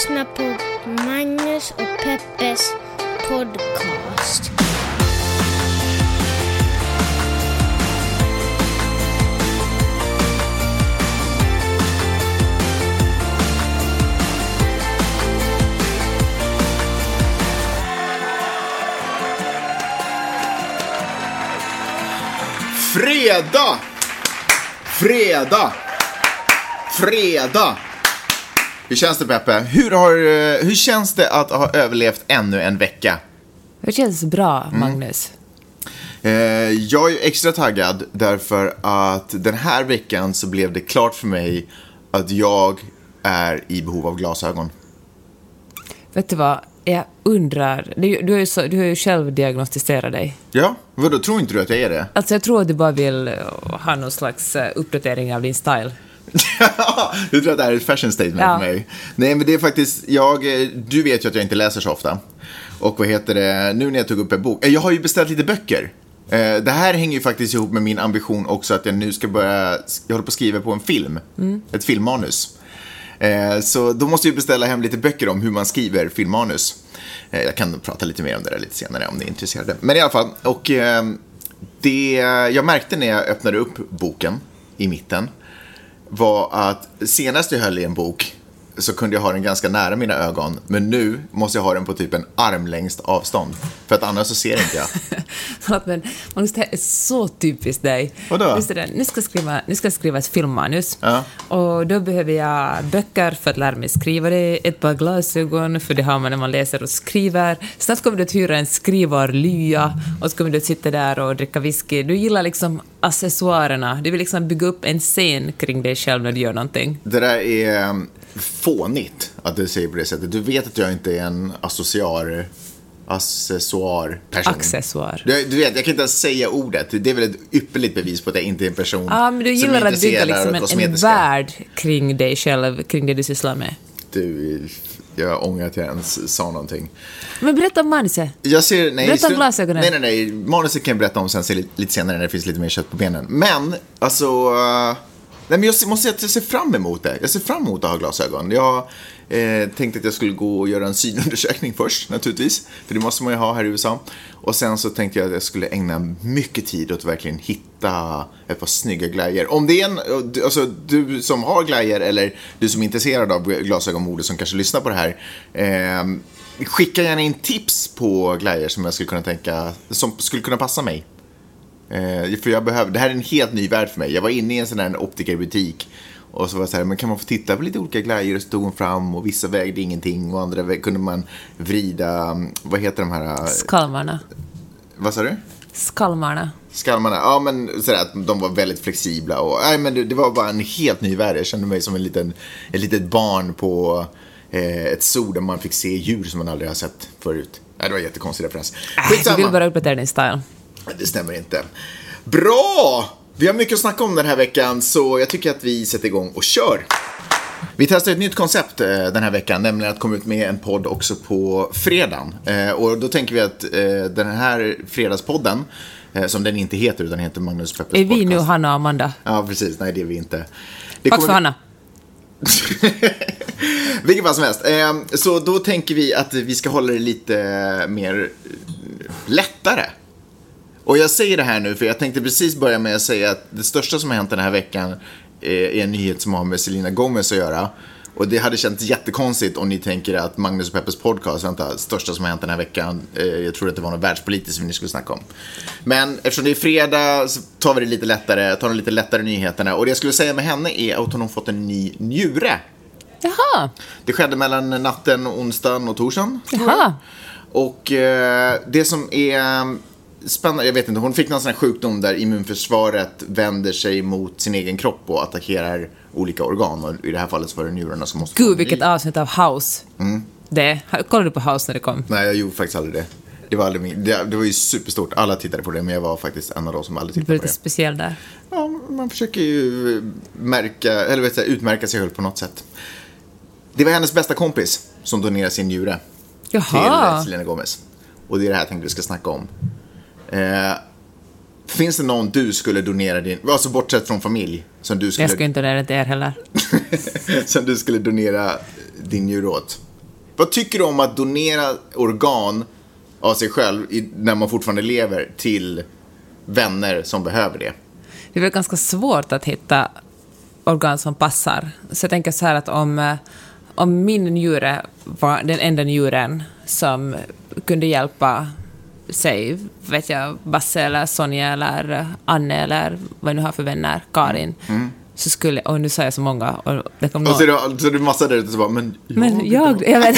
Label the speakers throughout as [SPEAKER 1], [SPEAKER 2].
[SPEAKER 1] lyssnar på Magnus och Peppes podcast.
[SPEAKER 2] Fredag! Hur känns det, Peppe? Hur känns det att ha överlevt ännu en vecka?
[SPEAKER 3] Det känns bra, Magnus.
[SPEAKER 2] Jag är extra taggad därför att den här veckan så blev det klart för mig att jag är i behov av glasögon.
[SPEAKER 3] Vet du vad? Jag undrar... Du har ju själv diagnostiserat dig.
[SPEAKER 2] Ja, vadå? Tror inte du att jag är det?
[SPEAKER 3] Alltså jag tror att du bara vill ha någon slags uppdatering av din style.
[SPEAKER 2] Du tror att det här är ett fashion statement för mig? Nej, men det är faktiskt... Du vet ju att jag inte läser så ofta. Och vad heter det? Nu när jag tog upp en bok... Jag har ju beställt lite böcker. Det här hänger ju faktiskt ihop med min ambition också att jag nu ska börja... Jag håller på att skriva på en film. Ett filmmanus. Så då måste jag beställa hem lite böcker om hur man skriver filmmanus. Jag kan prata lite mer om det där lite senare om ni är intresserade. Men i alla fall, och det jag märkte när jag öppnade upp boken i mitten var att senast jag höll i en bok så kunde jag ha den ganska nära mina ögon. Men nu måste jag ha den på typ en armlängds avstånd. För att annars så ser inte jag.
[SPEAKER 3] Men Magnus, det är så typiskt dig.
[SPEAKER 2] Vadå?
[SPEAKER 3] Nu ska jag skriva ett filmmanus.
[SPEAKER 2] Ja.
[SPEAKER 3] Och då behöver jag böcker för att lära mig skriva det. Ett par glasögon, för det har man när man läser och skriver. Snart kommer du att hyra en skrivarlya. Och så kommer du att sitta där och dricka whisky. Du gillar liksom accessoarerna. Du vill liksom bygga upp en scen kring dig själv när du gör någonting.
[SPEAKER 2] Det där är... fånigt att du säger på det sättet. Du vet att jag inte är en accessoarperson.
[SPEAKER 3] Accessoar.
[SPEAKER 2] Du vet, jag kan inte ens säga ordet. Det är väl ett ypperligt bevis på att jag inte är en person.
[SPEAKER 3] Ja, men du gillar att bygga liksom en värld kring dig själv, kring det du sysslar med.
[SPEAKER 2] Jag ångrar att jag ens sa någonting.
[SPEAKER 3] Men berätta om manuset. Berätta om glasögonen.
[SPEAKER 2] Nej. Manuset kan jag berätta om sen lite senare när det finns lite mer kött på benen. Men, alltså... Nej, men jag måste säga att jag ser fram emot det. Jag ser fram emot att ha glasögon. Jag tänkte att jag skulle gå och göra en synundersökning först, naturligtvis. För det måste man ju ha här i USA. Och sen så tänkte jag att jag skulle ägna mycket tid åt att verkligen hitta ett par snygga glajjor. Om det är alltså du som har glajjor eller du som är intresserad av glasögonmode som kanske lyssnar på det här. Skicka gärna in tips på glajjor som jag skulle kunna tänka, som skulle kunna passa mig. För det här är en helt ny värld för mig. Jag var inne i en sån här optikerbutik och så var det så här, men kan man få titta på lite olika glajjor och stod hon fram och vissa vägde ingenting och andra kunde man vrida, vad heter de här?
[SPEAKER 3] Skalmarna.
[SPEAKER 2] Vad sa du?
[SPEAKER 3] Skalmarna,
[SPEAKER 2] ja, men sådär att de var väldigt flexibla och men det var bara en helt ny värld. Jag kände mig som ett litet barn på ett zoo där man fick se djur som man aldrig har sett förut. Det var en jättekonstig referens.
[SPEAKER 3] Du vill bara uppdatera din style.
[SPEAKER 2] Det stämmer inte. Bra! Vi har mycket att snacka om den här veckan, så jag tycker att vi sätter igång och kör. Vi testar ett nytt koncept den här veckan, nämligen att komma ut med en podd också på fredagen. Och då tänker vi att den här fredagspodden, som den inte heter utan heter Magnus Peppers podcast.
[SPEAKER 3] Är vi nu Hanna och Amanda?
[SPEAKER 2] Ja, precis. Nej, det är vi inte.
[SPEAKER 3] Tack för Hanna.
[SPEAKER 2] Vilket fall som helst. Så då tänker vi att vi ska hålla det lite mer lättare. Och jag säger det här nu för jag tänkte precis börja med att säga att det största som har hänt den här veckan är en nyhet som har med Selena Gomez att göra. Och det hade känts jättekonstigt om ni tänker att Magnus och Peppers podcast är det största som har hänt den här veckan. Jag tror att det var något världspolitiskt som ni skulle snacka om. Men eftersom det är fredag så tar vi det lite lättare, tar de lite lättare nyheterna. Och det jag skulle säga med henne är att hon har fått en ny njure.
[SPEAKER 3] Jaha.
[SPEAKER 2] Det skedde mellan natten, onsdagen och torsdagen.
[SPEAKER 3] Jaha.
[SPEAKER 2] Och det som är... spännande, jag vet inte, hon fick någon sån här sjukdom där immunförsvaret vänder sig mot sin egen kropp och attackerar olika organ, och i det här fallet så var det njurarna som måste...
[SPEAKER 3] Gud, vilket avsnitt av House. Kollade du på House när det kom?
[SPEAKER 2] Nej, jag gjorde faktiskt aldrig det. Det var ju superstort, alla tittade på det, men jag var faktiskt en av dem som aldrig tittade på det.
[SPEAKER 3] Lite speciell där.
[SPEAKER 2] Ja, man försöker ju utmärka sig själv på något sätt. Det var hennes bästa kompis som donerade sin njure till Selena Gomez. Och det är det här jag tänkte vi ska snacka om. Finns det någon du skulle donera din, alltså bortsett från familj, som du skulle...
[SPEAKER 3] Jag skulle inte donera till er heller.
[SPEAKER 2] som du skulle donera din njure åt? Vad tycker du om att donera organ av sig själv när man fortfarande lever till vänner som behöver det?
[SPEAKER 3] Det är väl ganska svårt att hitta organ som passar. Så jag tänker så här att om min njure var den enda njuren som kunde hjälpa sig, vet jag, Basse eller Sonja eller Anne eller vad jag nu har för vänner, Karin, så skulle, och nu säger jag så många, och det kommer
[SPEAKER 2] och så är det massa där ute som bara, men
[SPEAKER 3] jag vet.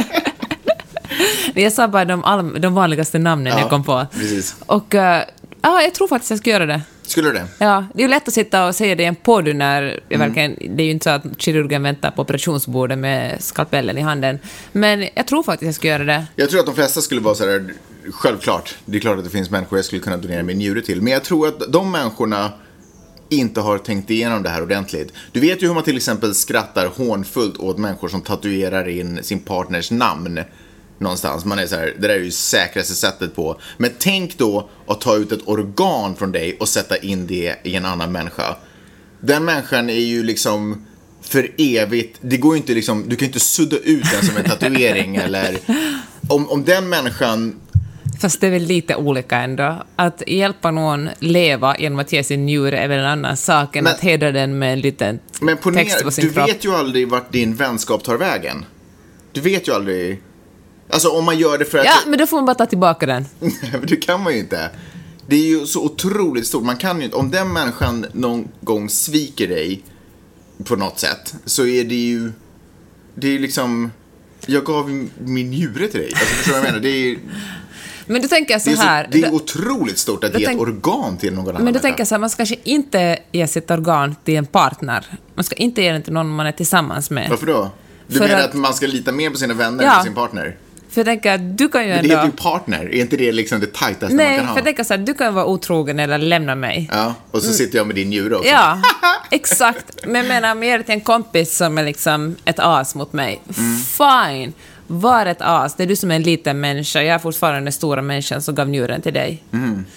[SPEAKER 3] Jag sa bara de vanligaste namnen jag kom på.
[SPEAKER 2] Precis.
[SPEAKER 3] Och jag tror faktiskt jag ska göra det.
[SPEAKER 2] Skulle du det?
[SPEAKER 3] Ja, det är ju lätt att sitta och säga det i en podd när det är ju inte så att kirurgen väntar på operationsbordet med skalpellen i handen. Men jag tror faktiskt jag ska göra det.
[SPEAKER 2] Jag tror att de flesta skulle vara så här, självklart. Det är klart att det finns människor jag skulle kunna donera min njure till. Men jag tror att de människorna inte har tänkt igenom det här ordentligt. Du vet ju hur man till exempel skrattar hånfullt åt människor som tatuerar in sin partners namn någonstans. Man är så här, det där är ju säkraste sättet på. Men tänk då att ta ut ett organ från dig och sätta in det i en annan människa. Den människan är ju liksom för evigt. Det går ju inte liksom, du kan inte sudda ut den som en tatuering eller om den människan.
[SPEAKER 3] Fast det är väl lite olika ändå. Att hjälpa någon leva genom att ge sin njure är väl en annan sak än att hedra den med en liten text på sin kropp.
[SPEAKER 2] Du vet ju aldrig vart din vänskap tar vägen. Du vet ju aldrig. Alltså om man gör det för att...
[SPEAKER 3] Ja, men då får man bara ta tillbaka den.
[SPEAKER 2] Men det kan man ju inte. Det är ju så otroligt stort. Man kan ju inte... Om den människan någon gång sviker dig på något sätt så är det ju... Det är ju liksom... Jag gav min njure till dig. Alltså förstår vad jag menar? Det är...
[SPEAKER 3] Men du tänker så här...
[SPEAKER 2] Det är otroligt stort att ge ett organ till någon annan.
[SPEAKER 3] Men du tänker så här, man ska kanske inte ge sitt organ till en partner. Man ska inte ge den till någon man är tillsammans med.
[SPEAKER 2] Varför då? Du menar att man ska lita mer på sina vänner än på sin partner?
[SPEAKER 3] För jag tänker att du kan ju
[SPEAKER 2] ändå... Men det är ju partner, är inte det liksom det tajtaste man kan ha?
[SPEAKER 3] Nej, för jag tänker så här, du kan vara otrogen eller lämna mig.
[SPEAKER 2] Ja, och så sitter jag med din njure också.
[SPEAKER 3] Ja, exakt. Men jag menar, mer till en kompis som är liksom ett as mot mig. Fine, var ett as. Det är du som är en liten människa. Jag är fortfarande den stora människan som gav njuren till dig.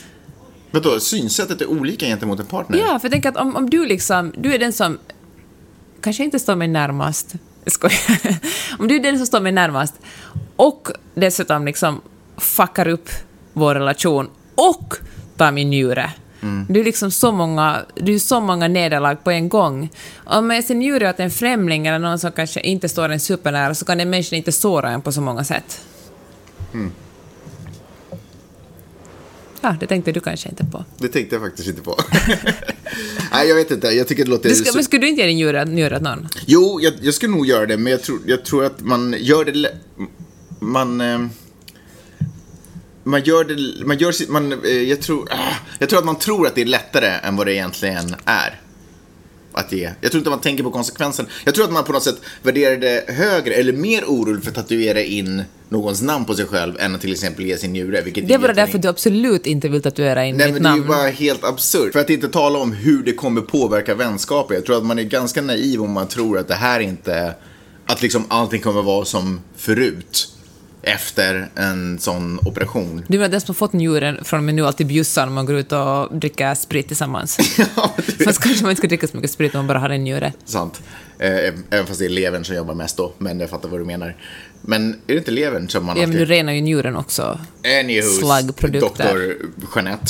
[SPEAKER 2] Men då, synsättet är olika gentemot en partner?
[SPEAKER 3] Ja, för jag tänker att om du liksom, du är den som kanske inte står mig närmast. Om du är den som står mig närmast och dessutom liksom fuckar upp vår relation och tar min njure. Du är liksom så många nederlag på en gång. Om jag ser njure åt en främling eller någon som kanske inte står en supernära så kan den människan inte såra en på så många sätt. Ja, det tänkte du kanske inte på.
[SPEAKER 2] Det tänkte jag faktiskt inte på. Nej, jag vet inte. Jag tycker det låter...
[SPEAKER 3] Men skulle du inte ge din njure åt någon?
[SPEAKER 2] Jo, jag skulle nog göra det. Men jag tror att man gör det... Jag tror att man tror att det är lättare än vad det egentligen är att ge. Jag tror inte man tänker på konsekvensen. Jag tror att man på något sätt värderar det högre eller mer orolig för att tatuera in någons namn på sig själv än att till exempel ge sin njure.
[SPEAKER 3] Det är bara därför du absolut inte vill tatuera in mitt namn.
[SPEAKER 2] Nej, men det är ju bara helt absurt. För att inte tala om hur det kommer påverka vänskapet. Jag tror att man är ganska naiv om man tror att det här inte... Att liksom allting kommer vara som förut efter en sån operation.
[SPEAKER 3] Du menar den som har fått njuren från och med nu alltid bjussar när man går ut och dricker sprit tillsammans.
[SPEAKER 2] Ja,
[SPEAKER 3] fast kanske man inte ska dricka så mycket sprit om man bara har en njure.
[SPEAKER 2] Sant. Även fast det är levern som jobbar mest då. Men jag fattar vad du menar. Men är det inte levern som man alltid...
[SPEAKER 3] Ja, men du renar ju njuren också. Slaggprodukter.
[SPEAKER 2] Dr. Jeanette.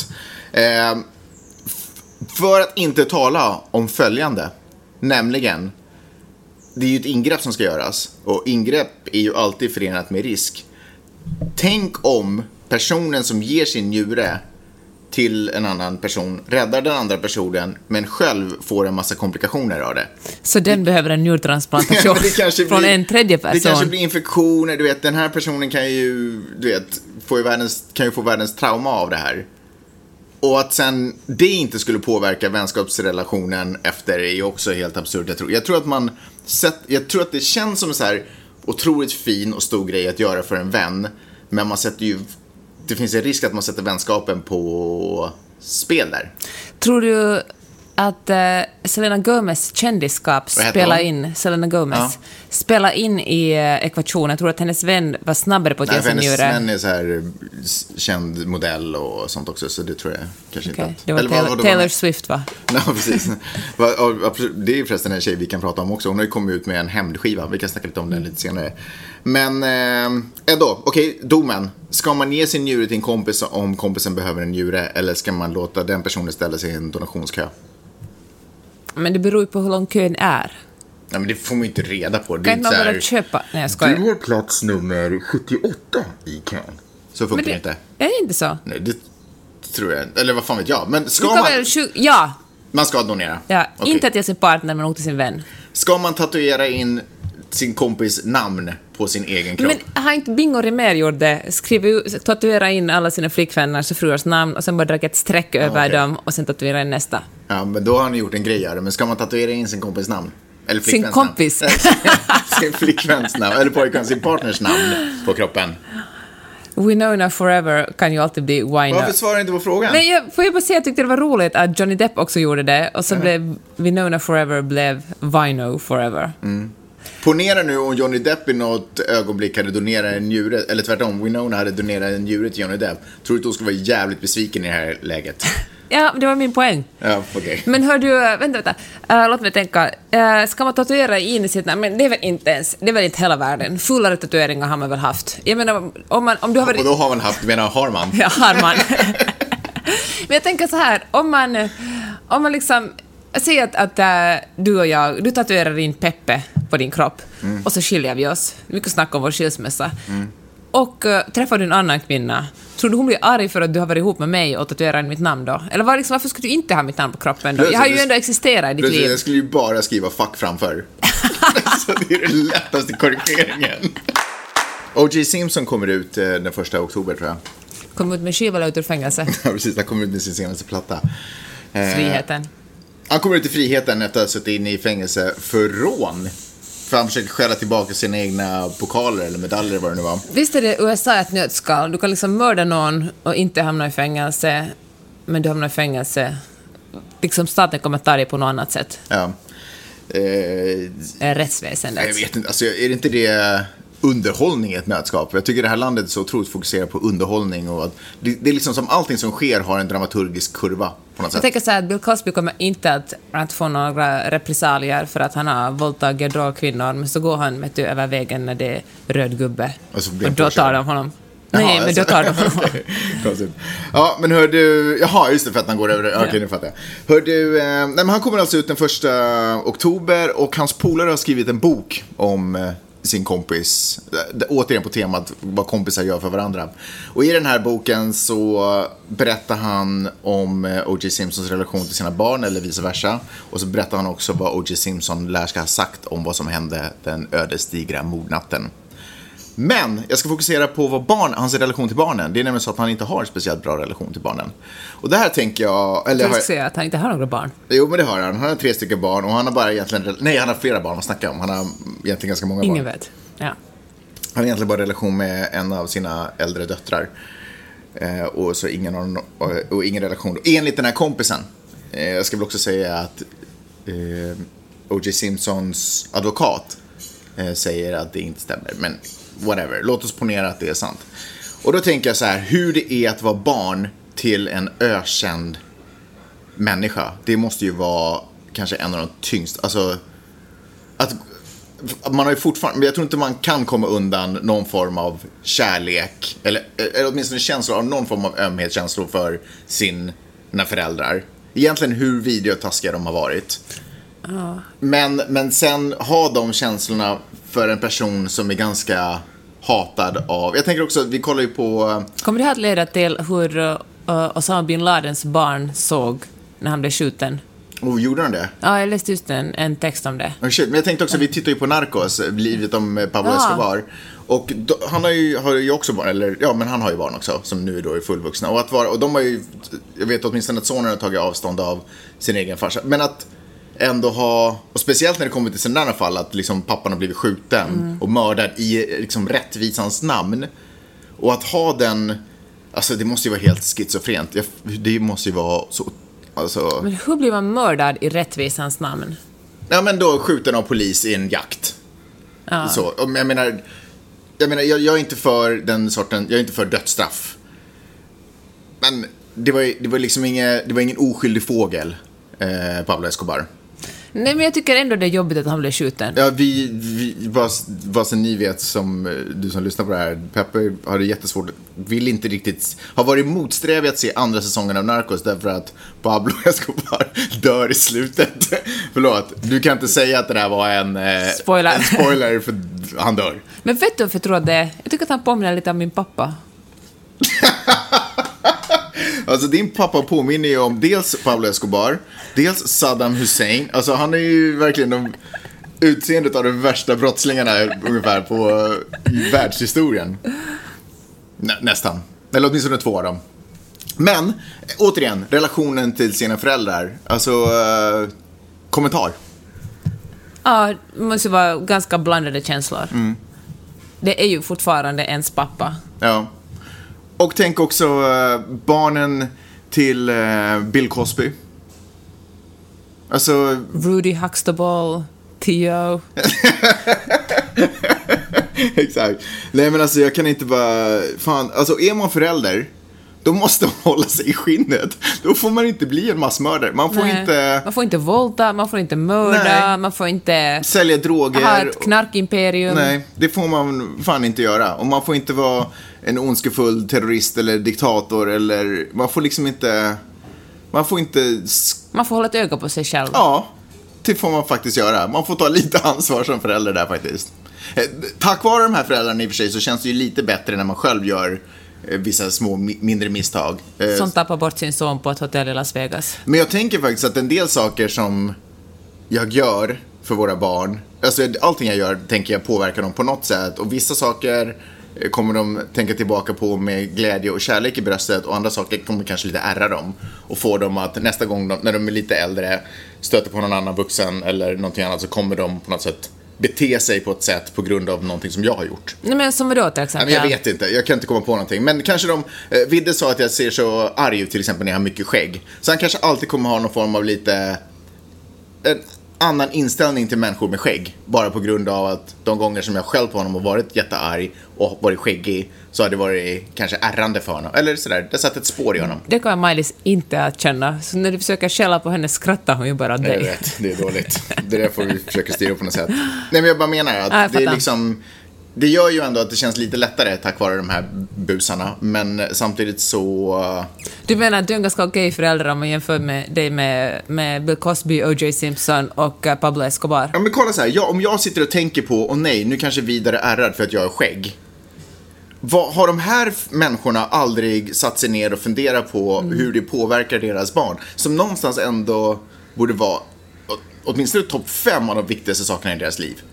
[SPEAKER 2] För att inte tala om följande. Nämligen... Det är ju ett ingrepp som ska göras. Och ingrepp är ju alltid förenat med risk. Tänk om personen som ger sin njure till en annan person räddar den andra personen men själv får en massa komplikationer av det.
[SPEAKER 3] Så den behöver en njurtransplantation från en tredje person?
[SPEAKER 2] Det kanske blir infektioner. Du vet, den här personen kan ju få världens trauma av det här. Och att sen det inte skulle påverka vänskapsrelationen efter är ju också helt absurt. Jag tror att det känns som en så här otroligt fin och stor grej att göra för en vän. Men det finns en risk att man sätter vänskapen på spel där.
[SPEAKER 3] Tror du att Selena Gomez kändisskap Selena Gomez spela in i ekvationen. Jag tror att hennes vän var snabbare på att ge sin njure.
[SPEAKER 2] Hennes vän är så här känd modell och sånt också, så det tror jag kanske inte att...
[SPEAKER 3] Det var Taylor Swift, va?
[SPEAKER 2] Ja, precis. Det är förresten en tjej vi kan prata om också. Hon har ju kommit ut med en hämndskiva. Vi kan snacka lite om den lite senare. Men då, okej, domen. Ska man ge sin njure till en kompis om kompisen behöver en njure, eller ska man låta den personen ställa sig i en donationskö?
[SPEAKER 3] Men det beror ju på hur lång kön är.
[SPEAKER 2] Ja, men det får man ju inte reda på.
[SPEAKER 3] Kan man bara köpa? Nej, jag skojar.
[SPEAKER 2] Du har plats nummer 78 i kön. Så funkar det inte.
[SPEAKER 3] Är det inte så?
[SPEAKER 2] Nej, det tror jag. Eller vad fan vet jag. Men ska man...
[SPEAKER 3] Ja.
[SPEAKER 2] Man ska donera.
[SPEAKER 3] Ja, okay. Inte till sin partner, men till sin vän.
[SPEAKER 2] Ska man tatuera in sin kompis namn på sin egen kropp?
[SPEAKER 3] Men har inte Bingo Rimér gjort det? Tatuera in alla sina flickvänners och fruars namn och sen bara dra ett streck över dem och sen tatuera in nästa.
[SPEAKER 2] Ja, men då har ni gjort en grej här. Men ska man tatuera in sin kompis namn? Eller
[SPEAKER 3] sin kompis?
[SPEAKER 2] Sin flickväns namn. Eller pojkvän, sin partners namn på kroppen.
[SPEAKER 3] Winona Forever kan ju alltid bli Wino.
[SPEAKER 2] Varför svarar inte på frågan?
[SPEAKER 3] Men får jag bara säga, jag tyckte det var roligt att Johnny Depp också gjorde det. Och så blev Winona Forever blev Wino Forever.
[SPEAKER 2] Mm. Ponera nu om Johnny Depp i något ögonblick hade donerat en njure, eller tvärtom, Winona hade donerat en njure till Johnny Depp. Tror du att hon skulle vara jävligt besviken i det här läget?
[SPEAKER 3] Ja, det var min poäng.
[SPEAKER 2] Ja, okej.
[SPEAKER 3] Men hör du, vänta. Låt mig tänka. Ska man tatuera in i sitt namn? Men det är väl inte ens, det är väl inte hela världen. Fullare tatueringar har man väl haft. Jag menar, om du har varit...
[SPEAKER 2] Och då har man haft, menar har man?
[SPEAKER 3] Ja, har man. Men jag tänker så här, om man liksom... Säg att du och jag, du tatuerar in Peppe på din kropp och så skiljer vi oss. Vi kan snacka om vår skilsmässa. Och träffar du en annan kvinna, tror du hon blir arg för att du har varit ihop med mig och tatuerar in mitt namn då? Eller varför skulle du inte ha mitt namn på kroppen då? Jag har ju ändå existerat i ditt liv. Jag
[SPEAKER 2] skulle ju bara skriva fuck framför. Så det är den lättaste korrigeringen. O.J. Simpson kommer ut den 1 oktober, tror jag.
[SPEAKER 3] Kommer ut med skiva ut ur fängelse.
[SPEAKER 2] Ja, precis. Han kommer ut med sin senaste platta.
[SPEAKER 3] Friheten.
[SPEAKER 2] Han kommer ut i friheten efter att ha suttit inne i fängelse för rån. För han försöker skälla tillbaka sina egna pokaler eller medaljer, vad det nu var.
[SPEAKER 3] Visst är det USA ett nötskal? Du kan liksom mörda någon och inte hamna i fängelse, men du hamnar i fängelse. Liksom staten kommer ta dig på något annat sätt.
[SPEAKER 2] Ja.
[SPEAKER 3] Rättsväsendet.
[SPEAKER 2] Jag vet inte, alltså är det inte det underhållning i ett nötskap? Jag tycker det här landet är så otroligt fokuserat på underhållning och att det är liksom som allting som sker har en dramaturgisk kurva på något sätt.
[SPEAKER 3] Jag tänker så här att Bill Cosby kommer inte att få några repressalier för att han har våldtagit kvinnor, men så går han över vägen när det är röd gubbe och då tar de honom. Nej, men då tar de honom.
[SPEAKER 2] Konstigt. Ja, men hör du... Jaha, just det, för att han går över... Okej, nu fattar jag. Hör du... nej, men han kommer alltså ut den 1 oktober och hans polare har skrivit en bok om sin kompis. Återigen på temat vad kompisar gör för varandra. Och i den här boken så berättar han om O.J. Simpsons relation till sina barn eller vice versa. Och så berättar han också vad O.J. Simpson lär ska ha sagt om vad som hände den ödesdigra mordnatten. Men jag ska fokusera på hans relation till barnen. Det är nämligen så att han inte har en speciellt bra relation till barnen. Och det här tänker jag... Eller
[SPEAKER 3] jag ska säga att han inte har några barn.
[SPEAKER 2] Jo, men det har han. Han har 3 stycken barn och han har bara egentligen... Nej, han har flera barn att snacka om. Han har egentligen ganska många barn.
[SPEAKER 3] Ingen vet. Ja.
[SPEAKER 2] Han har egentligen bara relation med en av sina äldre döttrar. Och så ingen relation. Enligt den här kompisen. Jag ska väl också säga att O.J. Simpsons advokat säger att det inte stämmer. Men whatever, låt oss ponera att det är sant. Och då tänker jag så här, hur det är att vara barn till en ökänd människa. Det måste ju vara kanske en av de tyngst. Alltså, att man har ju fortfarande, jag tror inte man kan komma undan någon form av kärlek eller åtminstone känslor av någon form av ömhetskänslor för sina föräldrar. Egentligen hur videotaskiga de har varit. Men sen ha de känslorna för en person som är ganska hatad av... Jag tänker också, vi kollar ju på... Kommer
[SPEAKER 3] det här att leda till hur Osama bin Ladens barn såg när han blev skjuten?
[SPEAKER 2] Och gjorde han det?
[SPEAKER 3] Ja, jag läste just en text om det.
[SPEAKER 2] Oh, shit. Men jag tänkte också, vi tittar ju på Narcos, livet om Pablo Escobar. Och han har ju också barn, eller ja, men han har ju barn också som nu då är fullvuxna. Och de har ju, jag vet åtminstone att sonen har tagit avstånd av sin egen farsa. Men att ändå ha, och speciellt när det kommer till sådana fall, att liksom pappan har blivit skjuten och mördad i liksom rättvisans namn. Och att ha den, alltså det måste ju vara helt schizofrent. Det måste ju vara så Alltså...
[SPEAKER 3] Men hur blir man mördad i rättvisans namn?
[SPEAKER 2] Ja, men då skjuten av polis i en jakt.
[SPEAKER 3] Ja.
[SPEAKER 2] Så, jag menar, jag är inte för den sorten, jag är inte för dödsstraff. Men det var liksom ingen oskyldig fågel, Pablo Escobar.
[SPEAKER 3] Nej, men jag tycker ändå det är jobbigt att han blev skjuten.
[SPEAKER 2] Ja, vad sen ni vet, som du som lyssnar på det här, Peppe har det jättesvårt, vill inte riktigt, har varit motsträvig att se andra säsongen av Narcos därför att Pablo Escobar dör i slutet. Förlåt, du kan inte säga att det där var en spoiler för han dör.
[SPEAKER 3] Men vet du varför jag tror att det är? Jag tycker att han påminner lite om min pappa.
[SPEAKER 2] Alltså din pappa påminner ju om dels Pablo Escobar, dels Saddam Hussein. Alltså han är ju verkligen utseendet av de värsta brottslingarna ungefär på världshistorien. Nästan. Eller åtminstone 2 av dem. Men, återigen, relationen till sina föräldrar. Alltså, kommentar.
[SPEAKER 3] Ja, det måste vara ganska blandade känslor. Det är ju fortfarande ens pappa.
[SPEAKER 2] Ja. Och tänk också barnen till Bill Cosby. Alltså...
[SPEAKER 3] Rudy Huxtable, Theo.
[SPEAKER 2] Exakt. Nej, men alltså jag kan inte bara... Fan, alltså är man förälder, då måste man hålla sig i skinnet. Då får man inte bli en massmördare. Man får inte
[SPEAKER 3] våldta, man får inte mörda, man får inte
[SPEAKER 2] sälja droger.
[SPEAKER 3] Ha ett knarkimperium.
[SPEAKER 2] Nej, det får man fan inte göra. Och man får inte vara en ondskefull terrorist eller diktator. Eller man får liksom inte... Man får
[SPEAKER 3] hålla ett öga på sig själv.
[SPEAKER 2] Ja, det får man faktiskt göra. Man får ta lite ansvar som förälder där faktiskt. Tack vare de här föräldrarna i och för sig så känns det ju lite bättre när man själv gör vissa små mindre misstag.
[SPEAKER 3] Som tappar bort sin son på ett hotell i Las Vegas.
[SPEAKER 2] Men jag tänker faktiskt att en del saker som jag gör för våra barn, alltså allting jag gör tänker jag påverka dem på något sätt. Och vissa saker kommer de tänka tillbaka på med glädje och kärlek i bröstet. Och andra saker kommer kanske lite ärra dem. Och få dem att nästa gång när de är lite äldre stöter på någon annan vuxen eller någonting annat, så kommer de på något sätt bete sig på ett sätt på grund av någonting som jag har gjort.
[SPEAKER 3] Nej, men som vadå till exempel?
[SPEAKER 2] Jag vet inte, jag kan inte komma på någonting. Men kanske Vidde sa att jag ser så arg ut till exempel när jag har mycket skägg. Så han kanske alltid kommer ha någon form av lite en annan inställning till människor med skägg. Bara på grund av att de gånger som jag själv på honom har varit jättearg och varit skäggig, så har det varit kanske ärrande för honom. Eller sådär, det satt ett spår i honom.
[SPEAKER 3] Det kommer Maj-Lis inte att känna. Så när du försöker skälla på henne skrattar hon ju bara dig.
[SPEAKER 2] Jag vet, det är dåligt. Det där får vi försöka styra upp på något sätt. Nej, men jag bara menar att det är liksom... Det gör ju ändå att det känns lite lättare tack vare de här busarna. Men samtidigt så...
[SPEAKER 3] Du menar att du är en ganska okej förälder om man jämför med dig med Bill Cosby, O.J. Simpson och Pablo Escobar?
[SPEAKER 2] Ja, men kolla så här. Om jag sitter och tänker på, och nej, nu kanske Vidare är rädd för att jag är skägg. Har de här människorna aldrig satt sig ner och funderat på hur det påverkar deras barn? Som någonstans ändå borde vara åtminstone topp 5 av de viktigaste sakerna i deras liv.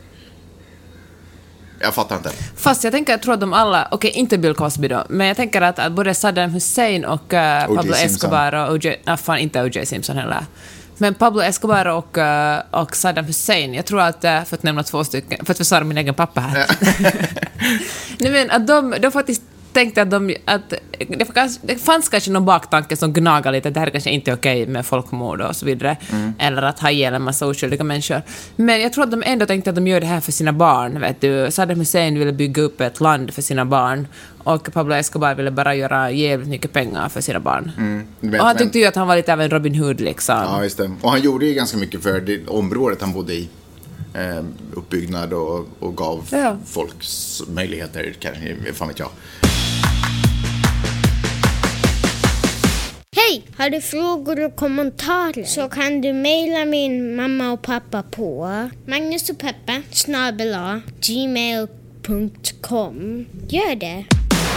[SPEAKER 2] Jag fattar inte.
[SPEAKER 3] Fast jag tror att de alla, okej, inte Bill Cosby då, men jag tänker att både Saddam Hussein och Pablo Escobar och O.J. Inte O.J. Simpson heller. Men Pablo Escobar och Saddam Hussein, jag tror att, för att nämna 2 stycken, för att försvara min egen pappa här. Nej, men att de faktiskt tänkte att det fanns kanske någon baktanke som gnagar lite, att det här kanske inte är okej med folkmord och så vidare. Eller att ha ihjäl en massa oskyldiga människor. Men jag tror att de ändå tänkte att de gör det här för sina barn, vet du. Saddam Hussein ville bygga upp ett land för sina barn. Och Pablo Escobar ville bara göra jävligt mycket pengar för sina barn. Och han tyckte ju att han var lite av en Robin Hood liksom.
[SPEAKER 2] Ja, just det. Och han gjorde ju ganska mycket för det området han bodde i. Uppbyggnad och gav folks möjligheter, kanske, fan vet jag.
[SPEAKER 1] Hej! Har du frågor och kommentarer så kan du mejla min mamma och pappa på magnusochpeppe@gmail.com. Gör det!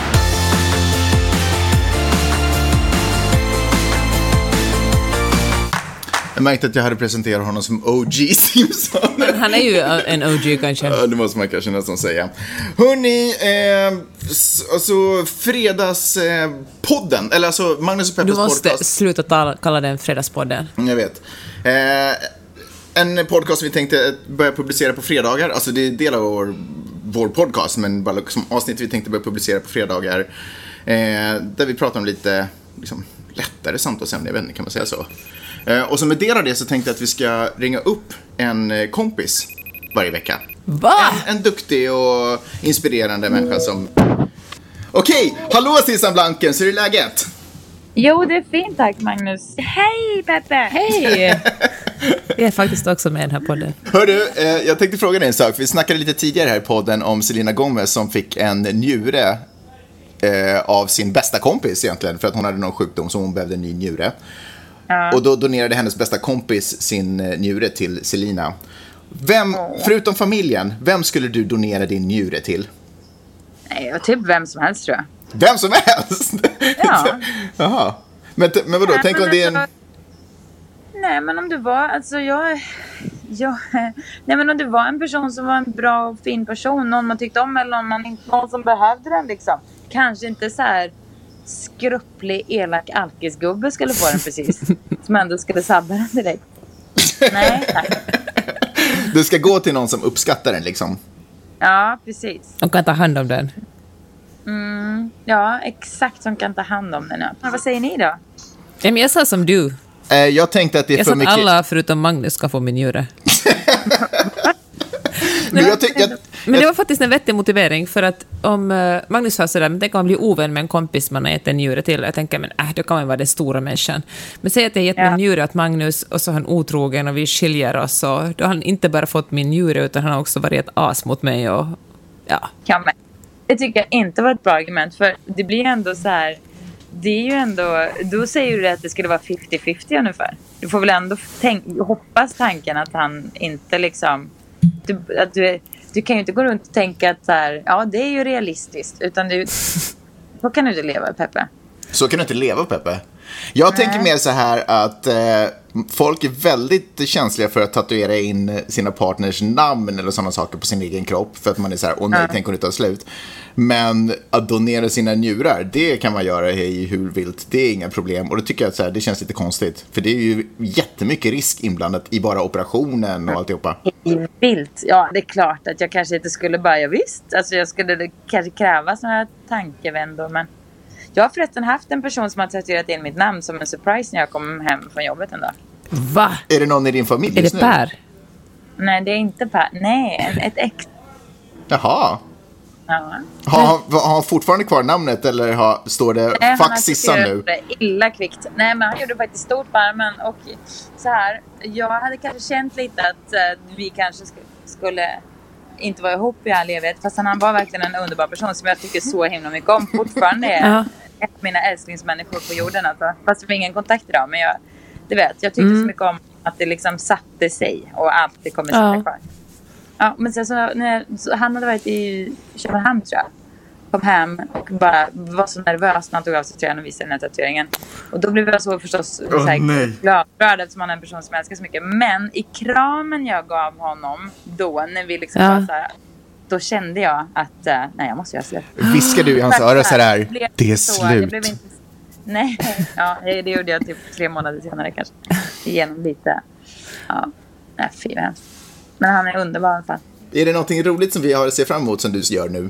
[SPEAKER 2] Jag märkte att jag hade presenterat honom som O.J. Simpson.
[SPEAKER 3] Men han är ju en OG kanske.
[SPEAKER 2] Ja, det måste man kanske nästan säga. Hörrni, alltså fredagspodden, eller alltså Magnus och Peppes podcast.
[SPEAKER 3] Du måste sluta kalla den fredagspodden.
[SPEAKER 2] Jag vet. En podcast vi tänkte börja publicera på fredagar. Alltså det är del av vår podcast, men bara liksom avsnitt vi tänkte börja publicera på fredagar. Där vi pratar om lite liksom lättare samtalsämne, jag vet inte, kan man säga så. Och som en del av det så tänkte jag att vi ska ringa upp en kompis varje vecka.
[SPEAKER 3] Va?
[SPEAKER 2] En duktig och inspirerande människa som... Okej, hallå Sissan Blanken, så är det läget?
[SPEAKER 4] Jo, det är fint, tack Magnus. Hej Peppe!
[SPEAKER 3] Hej! Jag är faktiskt också med i den här podden.
[SPEAKER 2] Hörru, jag tänkte fråga dig en sak. Vi snackade lite tidigare här i podden om Selena Gomez som fick en njure av sin bästa kompis egentligen. För att hon hade någon sjukdom som hon behövde en ny njure. Ja. Och då donerade hennes bästa kompis sin njure till Selena. Förutom familjen, vem skulle du donera din njure till?
[SPEAKER 4] Nej, typ vem som helst tror jag.
[SPEAKER 2] Vem som helst?
[SPEAKER 4] Ja.
[SPEAKER 2] Jaha. Men vadå,
[SPEAKER 4] nej,
[SPEAKER 2] tänk om det är en...
[SPEAKER 4] Nej, men om du var, alltså nej, men om du var en person som var en bra och fin person, någon man tyckte om eller någon som behövde den liksom. Kanske inte så här skrupplig, elak alkisgubbe skulle få den precis. Som ändå skulle sabba den direkt. Nej, tack.
[SPEAKER 2] Du ska gå till någon som uppskattar den liksom.
[SPEAKER 4] Ja, precis.
[SPEAKER 3] Och kan ta hand om den.
[SPEAKER 4] Ja, exakt, som kan ta hand om den. Men vad säger ni då?
[SPEAKER 3] Men jag sa som du.
[SPEAKER 2] Jag tänkte att det är för mycket...
[SPEAKER 3] alla förutom Magnus ska få min njure. Men det var faktiskt en vettig motivering, för att om Magnus sa sådär, men tänk om man blir ovän med en kompis man har gett en njure till. Jag tänker, men då kan man vara den stora människan. Men säg att jag gett min njure åt Magnus och så har han otrogen och vi skiljer oss, och då har han inte bara fått min njure utan han har också varit ett as mot mig och ja.
[SPEAKER 4] Men det tycker jag inte var ett bra argument, för det blir ändå så här, det är ju ändå, då säger du att det skulle vara 50-50 ungefär. Du får väl ändå hoppas tanken att han inte liksom, du kan ju inte gå runt och tänka att så här, ja det är ju realistiskt, utan så kan du inte leva, Peppe.
[SPEAKER 2] Så kan du inte leva, Peppe. Jag tänker mer så här att folk är väldigt känsliga för att tatuera in sina partners namn eller sådana saker på sin egen kropp, för att man är så här, åh nej, tänk om det tar slut. Men att donera sina njurar, det kan man göra i hur vilt, det är inga problem. Och då tycker jag att så här, det känns lite konstigt, för det är ju jättemycket risk inblandat i bara operationen och alltihopa.
[SPEAKER 4] Vilt, ja det är klart att jag kanske inte skulle bara, ja, visst, alltså jag skulle kanske kräva sådana här tankevändor, men jag har förresten haft en person som har tatuerat in mitt namn som en surprise när jag kom hem från jobbet en dag.
[SPEAKER 3] Va?
[SPEAKER 2] Är det någon i din familj just nu?
[SPEAKER 3] Är det Per?
[SPEAKER 4] Nej, det är inte Per. Nej, ett ex.
[SPEAKER 2] Jaha.
[SPEAKER 4] Ja.
[SPEAKER 2] Har han fortfarande kvar namnet eller står det fuck Sissan nu?
[SPEAKER 4] Det illa kvickt. Nej, men han gjorde faktiskt stort på armen. Och så här, jag hade kanske känt lite att vi kanske skulle inte vara ihop i all evighet. Fast han var verkligen en underbar person som jag tycker så himla mycket om. Fortfarande är en av mina älsklingsmänniskor på jorden. Alltså. Fast vi har ingen kontakt idag. Men jag tyckte så mycket om att det liksom satte sig. Och alltid kommer sitta kvar. Ja, men sen så han hade varit i Köpenhamn tror jag. Kom hem och bara var så nervös när han tog av sig tröjan och visade den här tatueringen. Och då blev jag så förstås glad eftersom han är en person som jag älskar så mycket. Men i kramen jag gav honom då, när vi liksom var så här, då kände jag att nej, jag måste göra slut.
[SPEAKER 2] Viskade du i hans öra så här, det är slut.
[SPEAKER 4] Nej, det gjorde jag typ 3 månader senare kanske. Igenom lite. Ja, nej, fy hemskt. Men han är underbar i alla fall.
[SPEAKER 2] Är det någonting roligt som vi har att se fram emot som du gör nu?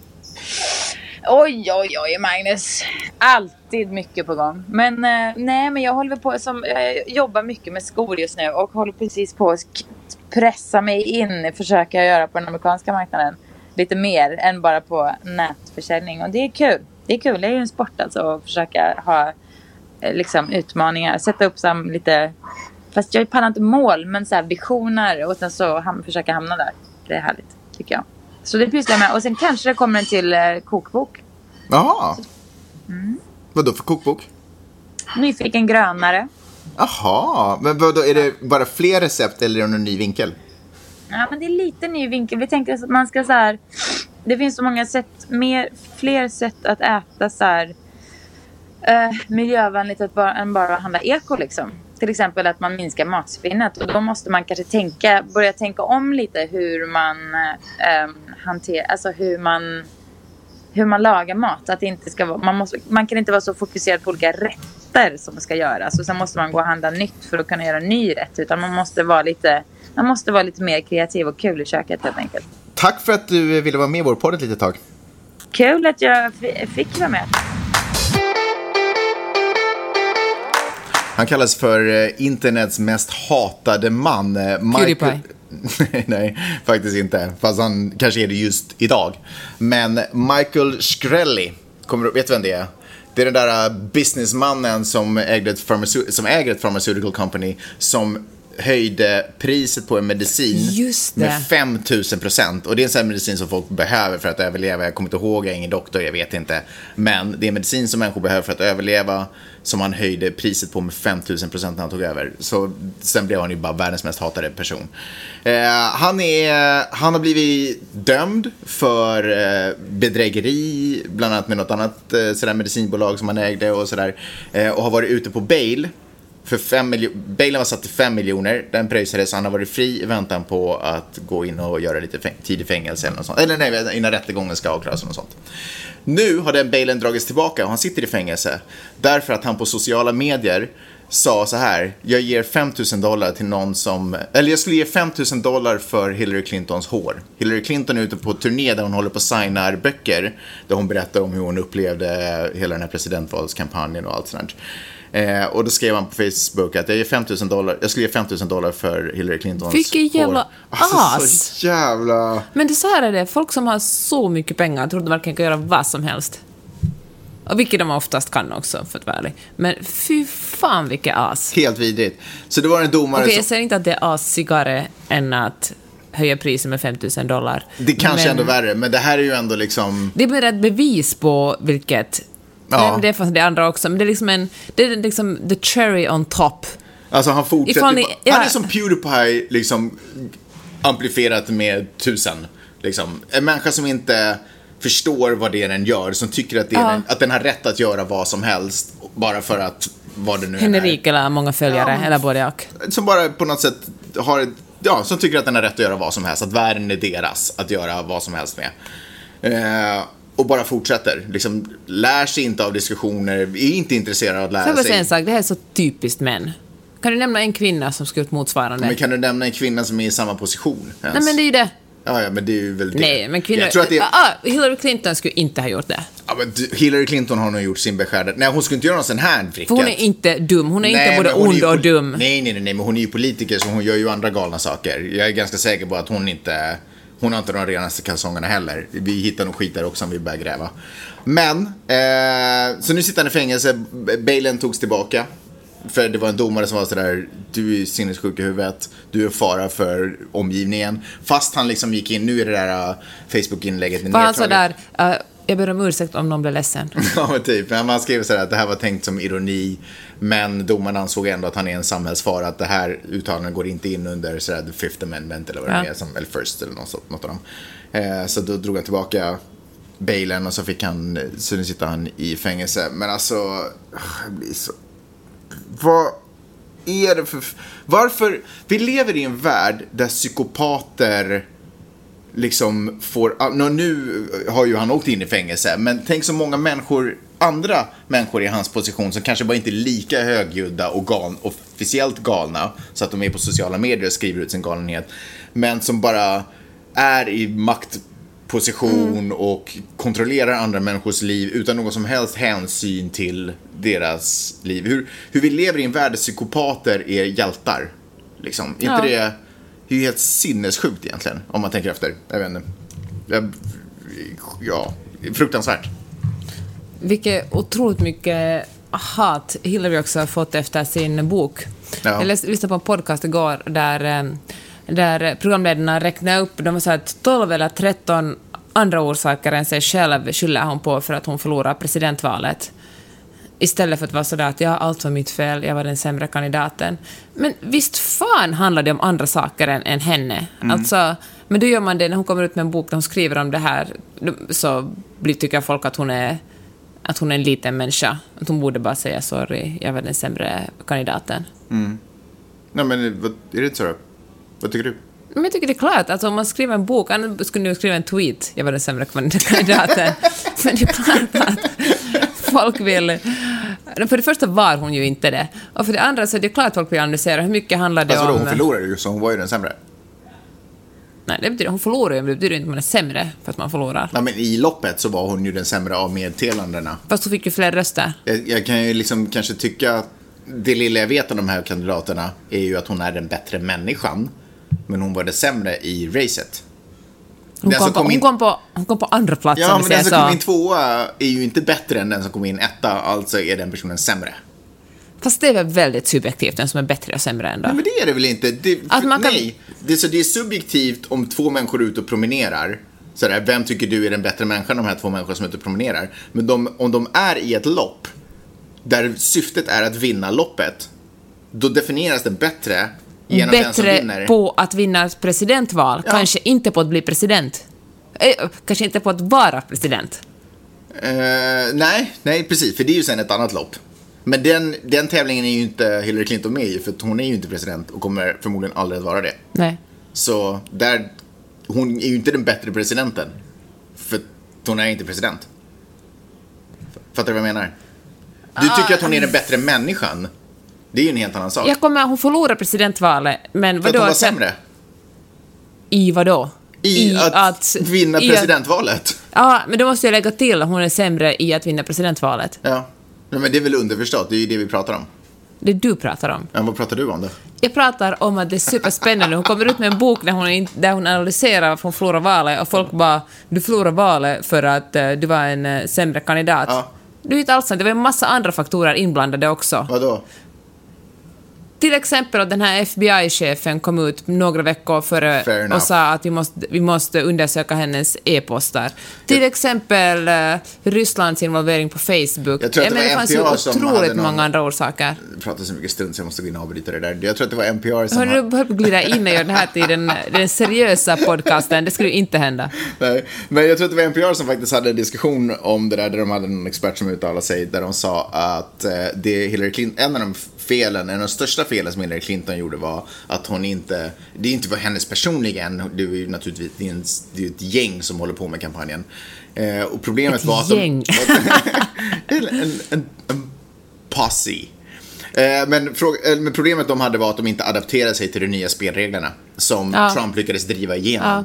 [SPEAKER 4] Oj, Magnus. Alltid mycket på gång. Men nej, men jag håller på jag jobbar mycket med skor just nu och håller precis på att pressa mig in, försöka göra på den amerikanska marknaden lite mer än bara på nätförsäljning, och det är kul. Det är ju en sport alltså att försöka ha liksom utmaningar, sätta upp som lite, fast jag pallar inte mål, men så här visioner, och sen så försöka hamna där. Det är härligt, tycker jag. Så det pysslar jag med. Och sen kanske det kommer en till kokbok.
[SPEAKER 2] Jaha. Vad då för kokbok?
[SPEAKER 4] Nyfiken grönare.
[SPEAKER 2] Jaha. Men vadå, är det bara fler recept eller är det någon ny vinkel?
[SPEAKER 4] Ja, men det är lite ny vinkel. Vi tänkte att man ska så här, det finns så många sätt, fler sätt att äta så här miljövänligt än bara handla eko liksom. Till exempel att man minskar matsvinnet, och då måste man kanske börja tänka om lite hur man hanterar, alltså hur man lagar mat. Att det inte ska vara, man kan inte vara så fokuserad på olika rätter som ska göras, och sen måste man gå och handla nytt för att kunna göra en ny rätt, utan man måste vara lite mer kreativ och kul i köket helt enkelt.
[SPEAKER 2] Tack för att du ville vara med i vår podd ett litet tag.
[SPEAKER 4] Kul att jag fick vara med.
[SPEAKER 2] Han kallas för internets mest hatade man.
[SPEAKER 3] PewDiePie.
[SPEAKER 2] Nej, faktiskt inte. Fast han kanske är det just idag. Men Michael Shkreli, vet du vem det är? Det är den där businessmannen som äger ett pharmaceutical company som höjde priset på en medicin med 5000%. Och det är en sån medicin som folk behöver för att överleva. Jag kommer inte ihåg, jag är ingen doktor, jag vet inte. Men det är medicin som människor behöver för att överleva, som han höjde priset på med 5000% när han tog över. Så sen blev han ju bara världens mest hatade person. Han har blivit dömd för bedrägeri, bland annat med något annat sådär medicinbolag som han ägde och sådär. Och har varit ute på bail. För 5 miljoner. Bailen var satt till 5 miljoner. Den pröjsades, han har varit fri i väntan på att gå in och göra lite tid i fängelse eller något sånt. Eller nej, innan rättegången ska avklaras och något sånt. Nu har den bailen dragits tillbaka och han sitter i fängelse. Därför att han på sociala medier sa så här: jag ger $5,000 till någon som... Eller jag skulle ge $5,000 för Hillary Clintons hår. Hillary Clinton är ute på turné där hon håller på att signa böcker. Där hon berättar om hur hon upplevde hela den här presidentvalskampanjen och allt sånt. Och då skrev han på Facebook att jag skulle ge $5,000 för Hillary Clintons
[SPEAKER 3] vilken jävla as.
[SPEAKER 2] Så jävla...
[SPEAKER 3] Men det så här är det, folk som har så mycket pengar tror att de verkligen kan göra vad som helst. Och vilket de oftast kan också, för att vara ärlig. Men fy fan vilka as.
[SPEAKER 2] Helt vidrigt. Så det var en domare
[SPEAKER 3] jag säger inte att det är asigare än att höja priset med $5,000.
[SPEAKER 2] Det kanske ändå värre, men det här är ju ändå liksom...
[SPEAKER 3] Det är ett bevis på vilket...
[SPEAKER 2] Ja.
[SPEAKER 3] Nej, det är fast det andra också, men det är liksom the cherry on top.
[SPEAKER 2] Alltså han fortsätter han är som PewDiePie liksom amplifierat med 1000 liksom. En människa som inte förstår vad det är den gör, som tycker att att den har rätt att göra vad som helst bara för att vad det nu är.
[SPEAKER 3] Henrik eller många följare eller både och.
[SPEAKER 2] Som bara på något sätt har som tycker att den har rätt att göra vad som helst, att världen är deras att göra vad som helst med. Och bara fortsätter. Liksom, lär sig inte av diskussioner. Är inte intresserad av att lära sig.
[SPEAKER 3] Får jag säga en sak? Det här är så typiskt män. Kan du nämna en kvinna som skulle gjort motsvarande?
[SPEAKER 2] Men kan du nämna en kvinna som är i samma position? Ens?
[SPEAKER 3] Nej, men det är ju det.
[SPEAKER 2] Ja, men det är ju väl det.
[SPEAKER 3] Nej, men kvinnor...
[SPEAKER 2] Jag tror att det...
[SPEAKER 3] Hillary Clinton skulle inte ha gjort det.
[SPEAKER 2] Ja, men Hillary Clinton har nog gjort sin beskärda. Nej, hon skulle inte göra någon sån här vrickat.
[SPEAKER 3] För hon är inte dum. Hon är inte både ond och dum.
[SPEAKER 2] Nej, men hon är ju politiker, så hon gör ju andra galna saker. Jag är ganska säker på att hon har inte de renaste kalsongerna heller. Vi hittar nog skit där också om vi börjar gräva. Men, så nu sitter han i fängelse. Bailen togs tillbaka. För det var en domare som var sådär: du är sinnessjuk i huvudet, du är fara för omgivningen. Fast han liksom gick in, nu är det där Facebook-inlägget
[SPEAKER 3] var han sådär, jag ber om ursäkt om någon blev ledsen.
[SPEAKER 2] Ja, men typ. Men man skrev sådär att det här var tänkt som ironi. Men domaren ansåg ändå att han är en samhällsfara. Att det här uttalandet går inte in under sådär the Fifth Amendment eller vad det är, eller First eller något av dem. Så då drog han tillbaka bailen och så nu sitter han i fängelse. Men alltså, jag blir så... Vad är det för... Varför... Vi lever i en värld där psykopater liksom får... Nu har ju han åkt in i fängelse, men tänk så många andra människor i hans position som kanske bara inte är lika högljudda och officiellt galna, så att de är på sociala medier och skriver ut sin galenhet, men som bara är i maktposition och kontrollerar andra människors liv utan någon som helst hänsyn till deras liv. Hur vi lever i en värld där psykopater är hjältar. Liksom. Inte det är ju helt sinnessjukt egentligen, om man tänker efter. Jag vet inte. Fruktansvärt. Vilket
[SPEAKER 3] otroligt mycket hat Hillary också har fått efter sin bok. Ja. Jag lyssnade på en podcast igår där programledarna räknade upp, de sa att 12 eller 13 andra orsaker än sig själv skyller hon på för att hon förlorar presidentvalet. Istället för att vara sådär att allt var mitt fel, jag var den sämre kandidaten. Men visst fan handlar det om andra saker än henne. Alltså, men då gör man det när hon kommer ut med en bok där hon skriver om det här, så tycker folk att hon är en liten människa. Att hon borde bara säga sorry, jag var den sämre kandidaten.
[SPEAKER 2] Nej, men är det inte så då? Vad tycker du?
[SPEAKER 3] Men jag tycker det är klart, alltså om man skriver en bok, annars skulle du skriva en tweet, jag var den sämre kandidaten. Men det är klart att folk vill... För det första var hon ju inte det. Och för det andra så är det klart att folk vill analysera hur mycket handlar det om...
[SPEAKER 2] Hon förlorade ju, så hon var ju den sämre.
[SPEAKER 3] Nej, det betyder, hon förlorar ju, men det betyder inte att man är sämre för att man förlorar.
[SPEAKER 2] Ja, men i loppet så var hon ju den sämre av medtävlanderna.
[SPEAKER 3] Fast hon fick ju fler röster.
[SPEAKER 2] Jag kan ju liksom kanske tycka... det lilla jag vet om de här kandidaterna är ju att hon är den bättre människan. Men hon var det sämre i racet.
[SPEAKER 3] Hon kom på andra platsen.
[SPEAKER 2] Ja, men den som kom in 2:a är ju inte bättre än den som kom in 1:a. Alltså är den personen sämre.
[SPEAKER 3] Fast det är väl väldigt subjektivt, den som är bättre och sämre ändå.
[SPEAKER 2] Nej, men det är det väl inte. Nej, det är subjektivt om 2 människor är ute och promenerar. Så där, vem tycker du är den bättre människan, de här 2 människor som är ute och promenerar? Men om de är i ett lopp där syftet är att vinna loppet, då definieras det bättre genom den som vinner.
[SPEAKER 3] Bättre på att vinna ett presidentval, kanske inte på att bli president. Kanske inte på att vara president.
[SPEAKER 2] Nej, precis, för det är ju sen ett annat lopp. Men den tävlingen är ju inte Hillary Clinton med i, för hon är ju inte president och kommer förmodligen aldrig att vara det.
[SPEAKER 3] Nej.
[SPEAKER 2] Så hon är ju inte den bättre presidenten, för hon är inte president. Fattar du vad jag menar? Du tycker att hon är den bättre människan. Det är ju en helt annan sak.
[SPEAKER 3] Hon förlorar presidentvalet, men
[SPEAKER 2] vadå? För att hon var sämre.
[SPEAKER 3] I vadå?
[SPEAKER 2] I att vinna presidentvalet.
[SPEAKER 3] Ja, men då måste jag lägga till att hon är sämre i att vinna presidentvalet.
[SPEAKER 2] Ja, men det är väl underförstått, det är ju det vi pratar om.
[SPEAKER 3] Det du pratar om.
[SPEAKER 2] Ja, vad pratar du om då?
[SPEAKER 3] Jag pratar om att det är superspännande. Hon kommer ut med en bok där hon analyserar varför hon förlorar valet, och folk bara, du förlorar valet för att du var en sämre kandidat.
[SPEAKER 2] Ja.
[SPEAKER 3] Det är inte alls sant, det var en massa andra faktorer inblandade också.
[SPEAKER 2] Vadå?
[SPEAKER 3] Till exempel att den här FBI-chefen kom ut några veckor före och sa att vi måste undersöka hennes e-postar. Till exempel Rysslands involvering på Facebook.
[SPEAKER 2] Jag tror att det var NPR som
[SPEAKER 3] otroligt många andra orsaker.
[SPEAKER 2] Jag pratar så mycket stund så jag måste gå in och avbryta det där. Jag tror att det var NPR som...
[SPEAKER 3] Har du börjat glida in i den här tiden, den seriösa podcasten? Det skulle ju inte hända.
[SPEAKER 2] Nej, men jag tror att det var NPR som faktiskt hade en diskussion om det där de hade en expert som uttalade sig där de sa att det Hillary Clinton, en av de största felen som Hillary Clinton gjorde var att hon inte, det inte var hennes personligen, det är ju naturligtvis det är ett gäng som håller på med kampanjen. Och problemet var att en posse. Men problemet de hade var att de inte adapterade sig till de nya spelreglerna som Trump lyckades driva igenom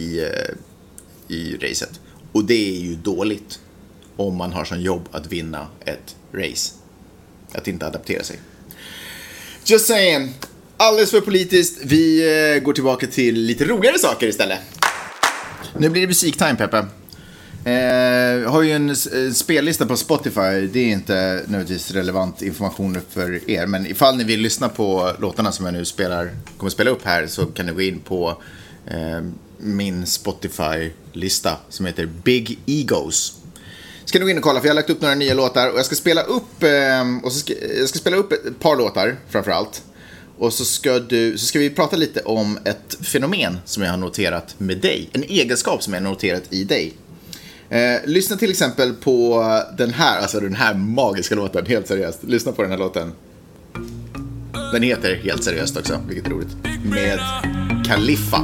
[SPEAKER 2] i racet. Och det är ju dåligt om man har som jobb att vinna ett race. Att inte adaptera sig. Just saying. Alldeles för politiskt. Vi går tillbaka till lite roligare saker istället. Nu blir det musiktime, Peppe. Jag har ju en spellista på Spotify. Det är inte nödvändigtvis relevant information för er. Men ifall ni vill lyssna på låtarna som jag nu kommer spela upp här, så kan ni gå in på min Spotify-lista som heter Big Egos. Ska ni gå in och kolla, för jag har lagt upp några nya låtar. Och jag ska spela upp ett par låtar framförallt. Och så ska vi prata lite om ett fenomen som jag har noterat med dig. En egenskap som jag har noterat i dig. Lyssna till exempel på den här magiska låten, helt seriöst. Lyssna på den här låten. Den heter helt seriöst också, vilket är roligt. Med Khalifa.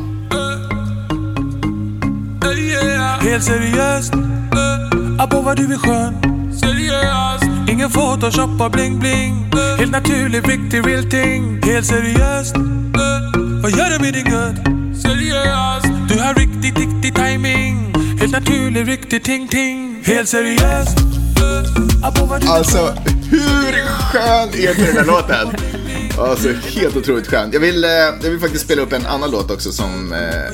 [SPEAKER 5] Helt seriöst. Abba vad du är skön. Seriöst. Ingen photoshoppa bling bling. Helt naturlig, riktig real thing. Helt seriöst. Vad gör du med din gött? Seriöst. Du har riktig timing. Helt naturlig, riktig ting. Helt seriöst.
[SPEAKER 2] Alltså, hur skön är den här låten? Alltså, helt otroligt skön. Jag vill faktiskt spela upp en annan låt också som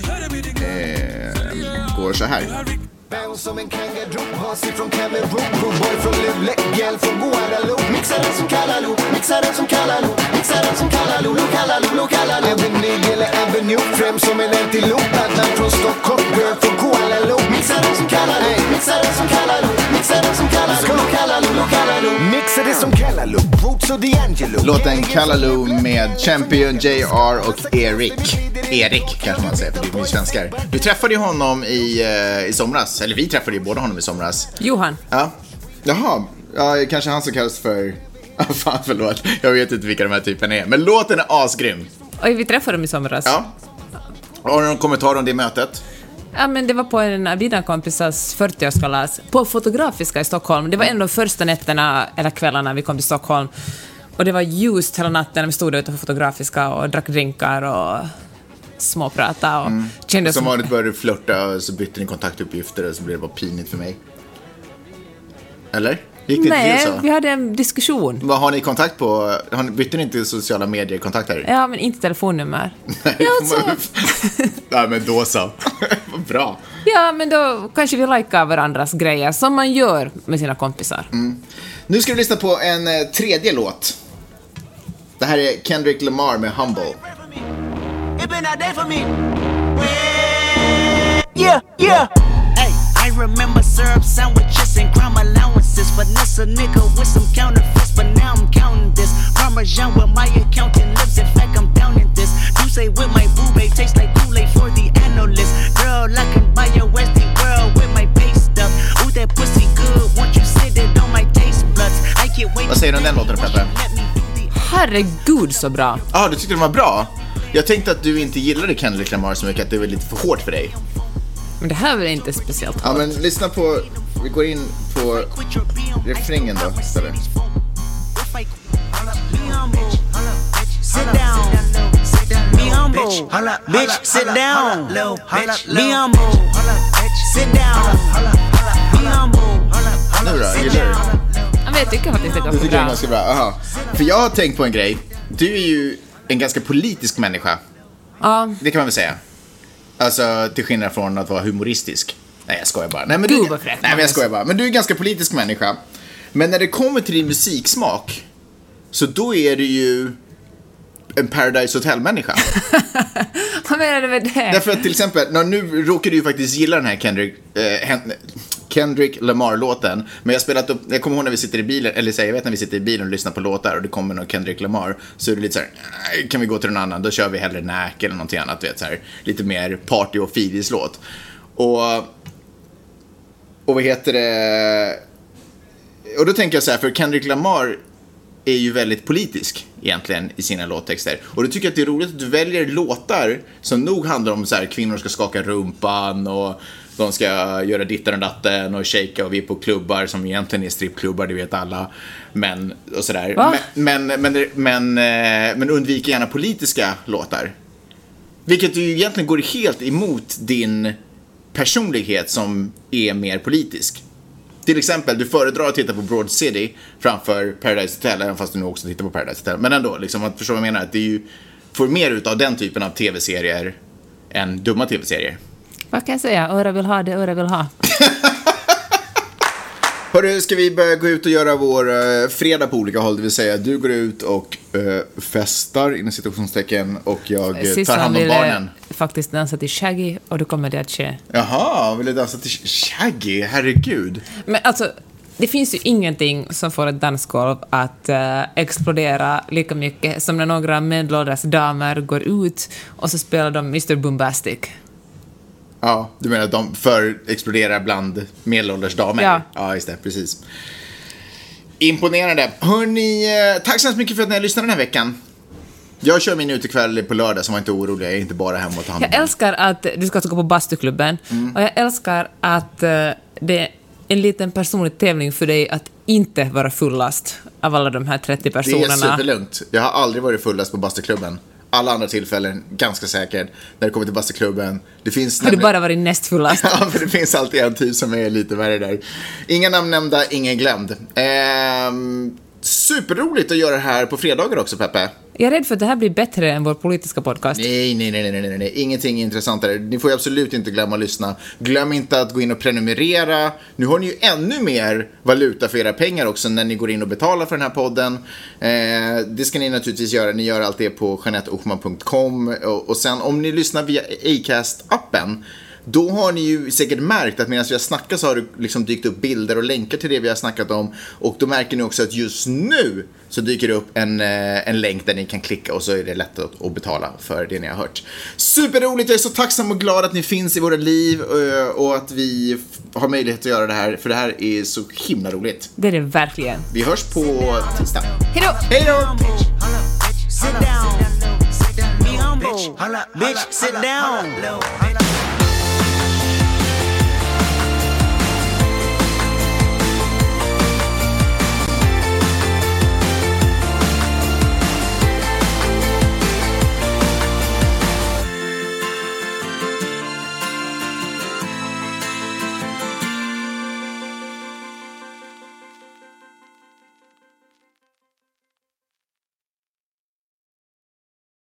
[SPEAKER 2] går så här.
[SPEAKER 6] Som en kangaroo, Hasi från Cameroon, boy från Luleå, Gäll från Guadeloupe. Mixa den som Kalaloo, mixa den som Kalaloo, mixa den som Kalaloo, Kalaloo, Kalaloo. Avenue eller Avenue, främ som en antilop. Adnan från Stockholm, girl från Kuala Lumpur. Mixa den som Kalaloo, mixa den som Kalaloo, mixa den som Kalaloo, Kalaloo. Mixa det som Kalaloo, Roots och D'Angelo.
[SPEAKER 2] Låten Kalaloo med Champion, JR och Erik kanske man säger, för det är ju svenskar. Du träffade ju honom i somras. Eller vi träffade ju båda honom i somras.
[SPEAKER 3] Johan.
[SPEAKER 2] Ja. Jaha. Ja, kanske han som kallas för... Fan, förlåt. Jag vet inte vilka de här typerna är. Men låten är asgrym.
[SPEAKER 3] Oj, vi träffade dem i somras.
[SPEAKER 2] Ja. Har du någon kommentar om det mötet?
[SPEAKER 3] Ja, men det var på en av dina kompisars 40-årskalas på Fotografiska i Stockholm. Det var en av de första nätterna eller kvällarna vi kom till Stockholm. Och det var ljust hela natten när vi stod ute på Fotografiska och drack drinkar och småprata och kände
[SPEAKER 2] som vanligt började flirta och så bytte ni kontaktuppgifter och så blev det bara pinigt för mig. Eller? Gick det
[SPEAKER 3] Nej,
[SPEAKER 2] inte till så?
[SPEAKER 3] vi hade en diskussion.
[SPEAKER 2] Vad har ni kontakt på? Bytte ni inte sociala medier-kontakter?
[SPEAKER 3] Ja, men inte telefonnummer. Ja, alltså.
[SPEAKER 2] Ja, men då så. Vad bra.
[SPEAKER 3] Ja, men då kanske vi likar varandras grejer som man gör med sina kompisar.
[SPEAKER 2] Nu ska vi lyssna på en tredje låt. Det här är Kendrick Lamar med Humble.
[SPEAKER 7] It been a day for me. Yeah. Hey, I remember syrup sandwiches and crime allowances. Finesse a nigga with some counterfeits, but now I'm counting this. Parmesan with my accountant lives. In fact, I'm down in this. You say with my boo-babe tastes like Kool-Aid for the analyst. Girl, I can buy your Westie world with my pay stuff. Ooh, that pussy good. Won't you sit it on my taste buds? I can't wait.
[SPEAKER 2] Vad säger du om den låten, Peppe?
[SPEAKER 3] Herregud, så bra.
[SPEAKER 2] Ja, du tyckte den var bra? Jag tänkte att du inte gillade Kendrick Lamar så mycket, att det var lite för hårt för dig.
[SPEAKER 3] Men det här är inte speciellt hårt.
[SPEAKER 2] Ja, men lyssna på... Vi går in på refrängen då istället.
[SPEAKER 7] Sit down. Be humble. Bitch, sit down. Be humble. Sit down. Be humble.
[SPEAKER 2] Nu då, gillar du?
[SPEAKER 3] Ja, men jag tycker faktiskt att det
[SPEAKER 2] Du
[SPEAKER 3] är
[SPEAKER 2] tycker den är
[SPEAKER 3] bra.
[SPEAKER 2] ganska bra, aha. För jag har tänkt på en grej. Du är ju en ganska politisk människa.
[SPEAKER 3] Ja.
[SPEAKER 2] Det kan man väl säga. Alltså, till skillnad från att vara humoristisk. Nej, jag skojar bara. Nej, men
[SPEAKER 3] Gud, vad fräckt.
[SPEAKER 2] Nej, men jag skojar bara. Men du är en ganska politisk människa. Men när det kommer till din musiksmak, så då är du ju en Paradise Hotel-människa.
[SPEAKER 3] Vad menar du med det?
[SPEAKER 2] Därför att till exempel, nu råkar du ju faktiskt gilla den här Kendrick Lamar-låten. Men jag kommer ihåg när vi sitter i bilen, eller säger jag vet när vi sitter i bilen och lyssnar på låtar och det kommer någon Kendrick Lamar, så är det lite så här, kan vi gå till någon annan? Då kör vi hellre Näk eller någonting annat, vet så här, lite mer party och fidislåt. Och vad heter det? Och då tänker jag så här, för Kendrick Lamar är ju väldigt politisk egentligen i sina låttexter. Och då tycker jag att det är roligt att du väljer låtar som nog handlar om så här, kvinnor ska skaka rumpan och de ska göra ditten och datten och shaka och vi är på klubbar som egentligen är strippklubbar, det vet alla. Men och sådär. Men undviker gärna politiska låtar. Vilket ju egentligen går helt emot din personlighet som är mer politisk. Till exempel, du föredrar att titta på Broad City framför Paradise Hotel, även fast du nu också tittar på Paradise Hotel. Men ändå, liksom, att förstå vad jag menar, att det är ju, får mer ut av den typen av tv-serier än dumma tv-serier.
[SPEAKER 3] Vad kan jag säga? Öra vill ha det, öra vill ha.
[SPEAKER 2] Hörru, ska vi börja gå ut och göra vår fredag på olika håll? Det vill säga, du går ut och festar, inom situationstecken, och jag tar hand om barnen.
[SPEAKER 3] Faktiskt dansa till Shaggy, och då kommer det att ske.
[SPEAKER 2] Jaha, vill du dansa till Shaggy? Herregud.
[SPEAKER 3] Men alltså, det finns ju ingenting som får ett dansgolv att explodera lika mycket som när några medelålders damer går ut och så spelar de Mr. Boombastic.
[SPEAKER 2] Ja, du menar att de exploderar bland medelålders damer?
[SPEAKER 3] Ja.
[SPEAKER 2] Ja, just det, precis. Imponerande. Hörrni, tack så mycket för att ni har lyssnat den här veckan. Jag kör min utekväll på lördag, så var inte orolig. Jag är inte bara hemma och tar hand om.
[SPEAKER 3] Jag älskar att du ska gå på bastuklubben. Och jag älskar att det är en liten personlig tävling för dig att inte vara fullast av alla de här 30 personerna.
[SPEAKER 2] Det är superlugnt. Jag har aldrig varit fullast på bastuklubben. Alla andra tillfällen, ganska säkert. När det kommer till bastuklubben.
[SPEAKER 3] Har du bara varit näst fullast?
[SPEAKER 2] Ja, för det finns alltid en typ som är lite värre där. Inga namn nämnda, ingen glömd. Superroligt att göra det här på fredagar också, Peppe.
[SPEAKER 3] Jag är rädd för att det här blir bättre än vår politiska podcast.
[SPEAKER 2] Nej. Ingenting intressantare. Ni får ju absolut inte glömma att lyssna. Glöm inte att gå in och prenumerera. Nu har ni ju ännu mer valuta för era pengar också när ni går in och betalar för den här podden. Det ska ni naturligtvis göra. Ni gör allt det på JeanetteOchman.com. Och sen om ni lyssnar via Acast-appen, då har ni ju säkert märkt att medan vi har snackat så har det liksom dykt upp bilder och länkar till det vi har snackat om. Och då märker ni också att just nu så dyker det upp en länk där ni kan klicka och så är det lätt att betala för det ni har hört. Superroligt, jag är så tacksam och glad att ni finns i våra liv och att vi har möjlighet att göra det här, för det här är så himla roligt.
[SPEAKER 3] Det är det verkligen.
[SPEAKER 2] Vi hörs på tisdag.
[SPEAKER 3] Hej då!
[SPEAKER 2] Hej då!
[SPEAKER 7] Sit down. Be humble. Bitch, sit down.